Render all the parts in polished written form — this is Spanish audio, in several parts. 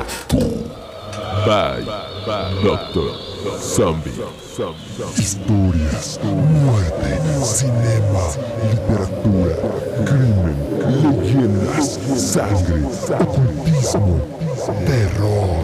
Bye, Doctor Zombie. Historias, muerte, cinema, literatura, crimen, leyendas, sangre, ocultismo, terror.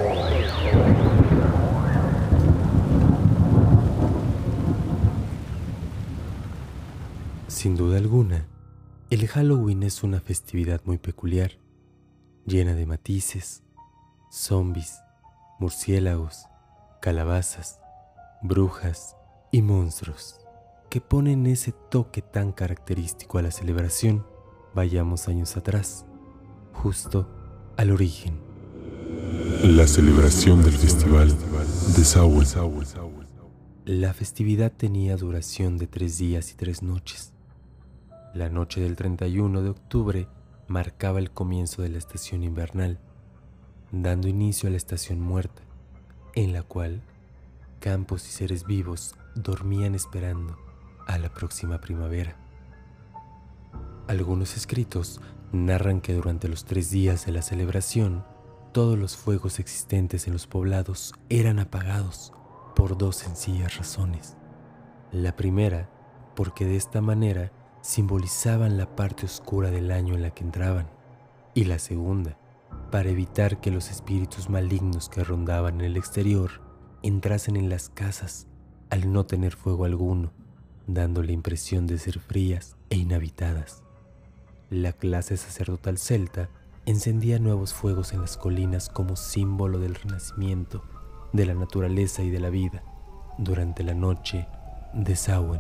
Sin duda alguna, el Halloween es una festividad muy peculiar, llena de matices, zombies, murciélagos, calabazas, brujas y monstruos que ponen ese toque tan característico a la celebración. Vayamos años atrás, justo al origen. La celebración del festival de Samhain. La festividad tenía duración de 3 días y 3 noches. La noche del 31 de octubre marcaba el comienzo de la estación invernal, dando inicio a la estación muerta, en la cual campos y seres vivos dormían esperando a la próxima primavera. Algunos escritos narran que durante los 3 días de la celebración, todos los fuegos existentes en los poblados eran apagados por 2 sencillas razones. La primera, porque de esta manera simbolizaban la parte oscura del año en la que entraban, y la segunda, para evitar que los espíritus malignos que rondaban en el exterior entrasen en las casas al no tener fuego alguno, dando la impresión de ser frías e inhabitadas. La clase sacerdotal celta encendía nuevos fuegos en las colinas como símbolo del renacimiento, de la naturaleza y de la vida, durante la noche de Samhain.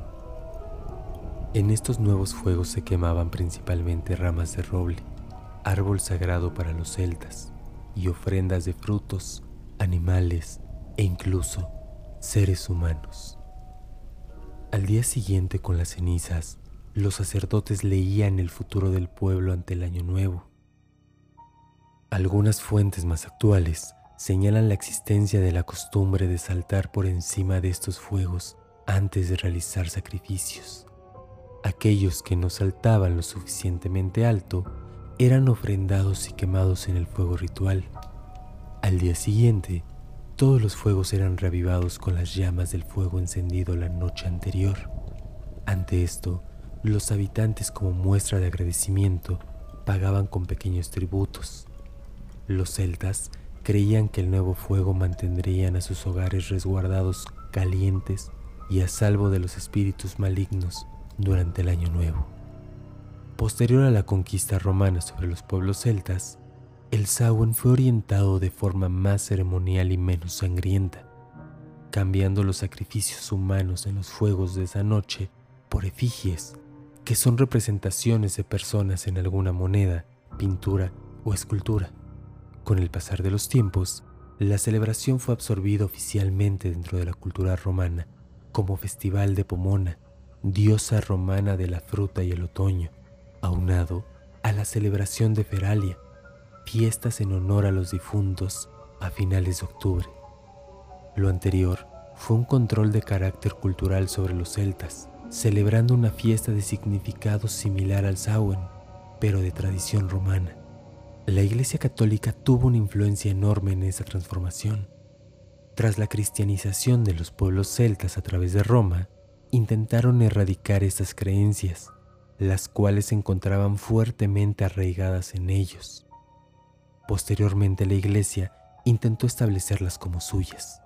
En estos nuevos fuegos se quemaban principalmente ramas de roble, árbol sagrado para los celtas, y ofrendas de frutos, animales e incluso seres humanos. Al día siguiente, con las cenizas, los sacerdotes leían el futuro del pueblo ante el año nuevo. Algunas fuentes más actuales señalan la existencia de la costumbre de saltar por encima de estos fuegos antes de realizar sacrificios. Aquellos que no saltaban lo suficientemente alto eran ofrendados y quemados en el fuego ritual. Al día siguiente, todos los fuegos eran reavivados con las llamas del fuego encendido la noche anterior. Ante esto, los habitantes, como muestra de agradecimiento, pagaban con pequeños tributos. Los celtas creían que el nuevo fuego mantendrían a sus hogares resguardados, calientes y a salvo de los espíritus malignos durante el año nuevo. Posterior a la conquista romana sobre los pueblos celtas, el Samhain fue orientado de forma más ceremonial y menos sangrienta, cambiando los sacrificios humanos en los fuegos de esa noche por efigies, que son representaciones de personas en alguna moneda, pintura o escultura. Con el pasar de los tiempos, la celebración fue absorbida oficialmente dentro de la cultura romana como Festival de Pomona, diosa romana de la fruta y el otoño, aunado a la celebración de Feralia, fiestas en honor a los difuntos a finales de octubre. Lo anterior fue un control de carácter cultural sobre los celtas, celebrando una fiesta de significado similar al Samhain, pero de tradición romana. La Iglesia Católica tuvo una influencia enorme en esa transformación. Tras la cristianización de los pueblos celtas a través de Roma, intentaron erradicar estas creencias, las cuales se encontraban fuertemente arraigadas en ellos. Posteriormente, la Iglesia intentó establecerlas como suyas.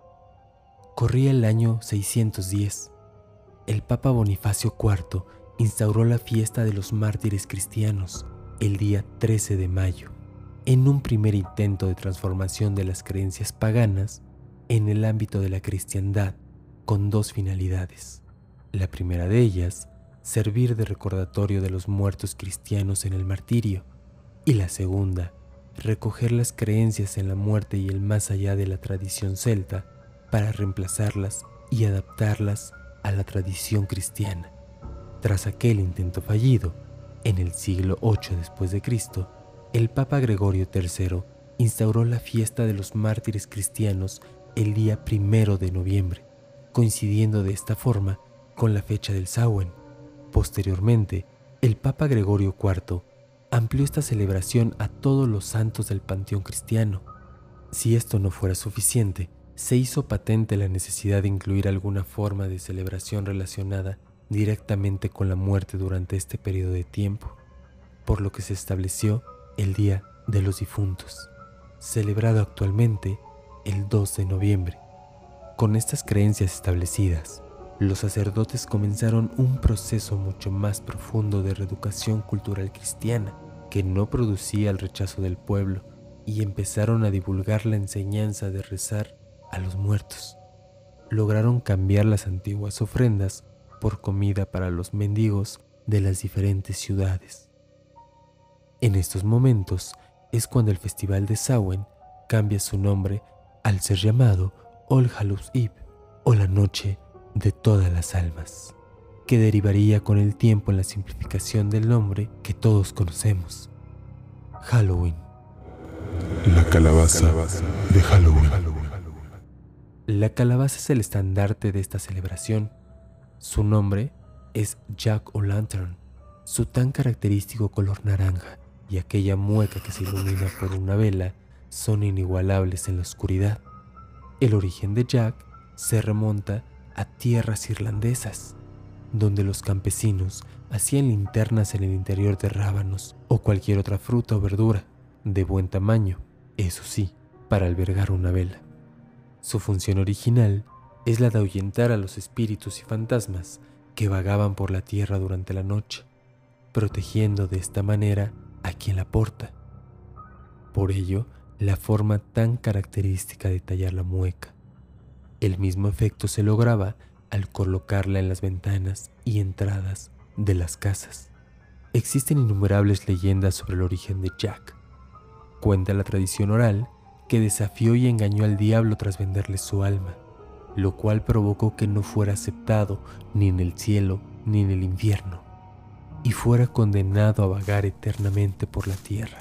Corría el año 610. El Papa Bonifacio IV instauró la fiesta de los mártires cristianos el día 13 de mayo, en un primer intento de transformación de las creencias paganas en el ámbito de la cristiandad, con 2 finalidades. La primera de ellas, servir de recordatorio de los muertos cristianos en el martirio, y la segunda, recoger las creencias en la muerte y el más allá de la tradición celta para reemplazarlas y adaptarlas a la tradición cristiana. Tras aquel intento fallido, en el siglo VIII después de Cristo, el Papa Gregorio III instauró la fiesta de los mártires cristianos el día 1 de noviembre, coincidiendo de esta forma con la fecha del Samhain. Posteriormente, el Papa Gregorio IV amplió esta celebración a todos los santos del panteón cristiano. Si esto no fuera suficiente, se hizo patente la necesidad de incluir alguna forma de celebración relacionada directamente con la muerte durante este periodo de tiempo, por lo que se estableció el Día de los Difuntos, celebrado actualmente el 2 de noviembre. Con estas creencias establecidas, los sacerdotes comenzaron un proceso mucho más profundo de reeducación cultural cristiana que no producía el rechazo del pueblo, y empezaron a divulgar la enseñanza de rezar a los muertos. Lograron cambiar las antiguas ofrendas por comida para los mendigos de las diferentes ciudades. En estos momentos es cuando el Festival de Samhain cambia su nombre al ser llamado All Hallows Eve, o la Noche de Todas las Almas, que derivaría con el tiempo en la simplificación del nombre que todos conocemos, Halloween. La calabaza de Halloween. La calabaza es el estandarte de esta celebración. Su nombre es Jack-o'-lantern. Su tan característico color naranja y aquella mueca que se ilumina por una vela son inigualables en la oscuridad. El origen de Jack se remonta a tierras irlandesas, donde los campesinos hacían linternas en el interior de rábanos o cualquier otra fruta o verdura de buen tamaño, eso sí, para albergar una vela. Su función original es la de ahuyentar a los espíritus y fantasmas que vagaban por la tierra durante la noche, protegiendo de esta manera a quien la porta. Por ello, la forma tan característica de tallar la mueca. El mismo efecto se lograba al colocarla en las ventanas y entradas de las casas. Existen innumerables leyendas sobre el origen de Jack. Cuenta la tradición oral que desafió y engañó al diablo tras venderle su alma, lo cual provocó que no fuera aceptado ni en el cielo ni en el infierno, y fuera condenado a vagar eternamente por la tierra.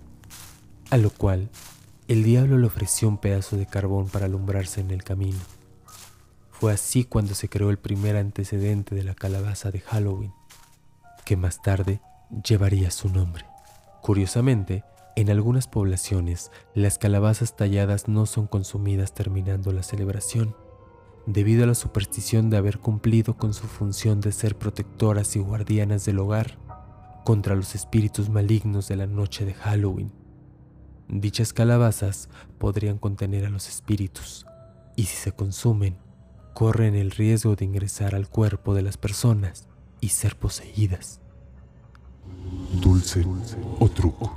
A lo cual, el diablo le ofreció un pedazo de carbón para alumbrarse en el camino. Fue así cuando se creó el primer antecedente de la calabaza de Halloween, que más tarde llevaría su nombre. Curiosamente, en algunas poblaciones, las calabazas talladas no son consumidas terminando la celebración, debido a la superstición de haber cumplido con su función de ser protectoras y guardianas del hogar contra los espíritus malignos de la noche de Halloween. Dichas calabazas podrían contener a los espíritus, y si se consumen, corren el riesgo de ingresar al cuerpo de las personas y ser poseídas. Dulce o truco.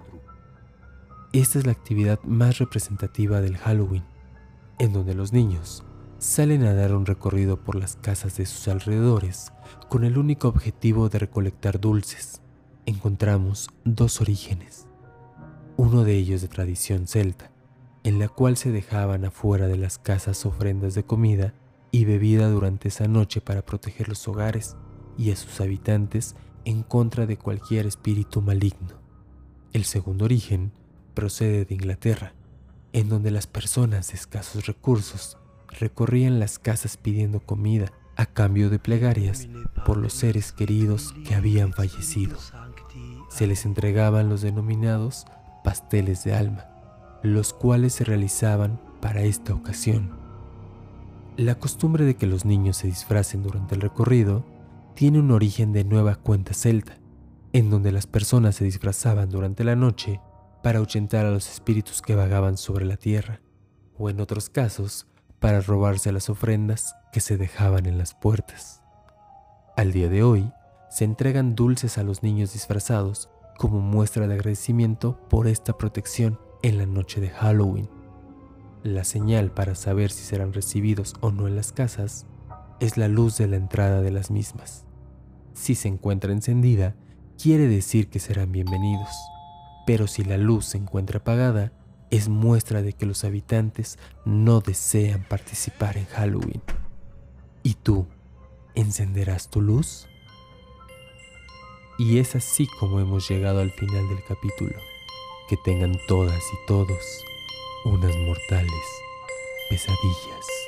Esta es la actividad más representativa del Halloween, en donde los niños salen a dar un recorrido por las casas de sus alrededores con el único objetivo de recolectar dulces. Encontramos dos orígenes, uno de ellos de tradición celta, en la cual se dejaban afuera de las casas ofrendas de comida y bebida durante esa noche para proteger los hogares y a sus habitantes en contra de cualquier espíritu maligno. El segundo origen procede de Inglaterra, en donde las personas de escasos recursos recorrían las casas pidiendo comida a cambio de plegarias por los seres queridos que habían fallecido. Se les entregaban los denominados pasteles de alma, los cuales se realizaban para esta ocasión. La costumbre de que los niños se disfracen durante el recorrido tiene un origen de nueva cuenta celta, en donde las personas se disfrazaban durante la noche para ahuyentar a los espíritus que vagaban sobre la tierra, o en otros casos, para robarse las ofrendas que se dejaban en las puertas. Al día de hoy, se entregan dulces a los niños disfrazados como muestra de agradecimiento por esta protección en la noche de Halloween. La señal para saber si serán recibidos o no en las casas es la luz de la entrada de las mismas. Si se encuentra encendida, quiere decir que serán bienvenidos, pero si la luz se encuentra apagada, es muestra de que los habitantes no desean participar en Halloween. ¿Y tú, encenderás tu luz? Y es así como hemos llegado al final del capítulo. Que tengan todas y todos unas mortales pesadillas.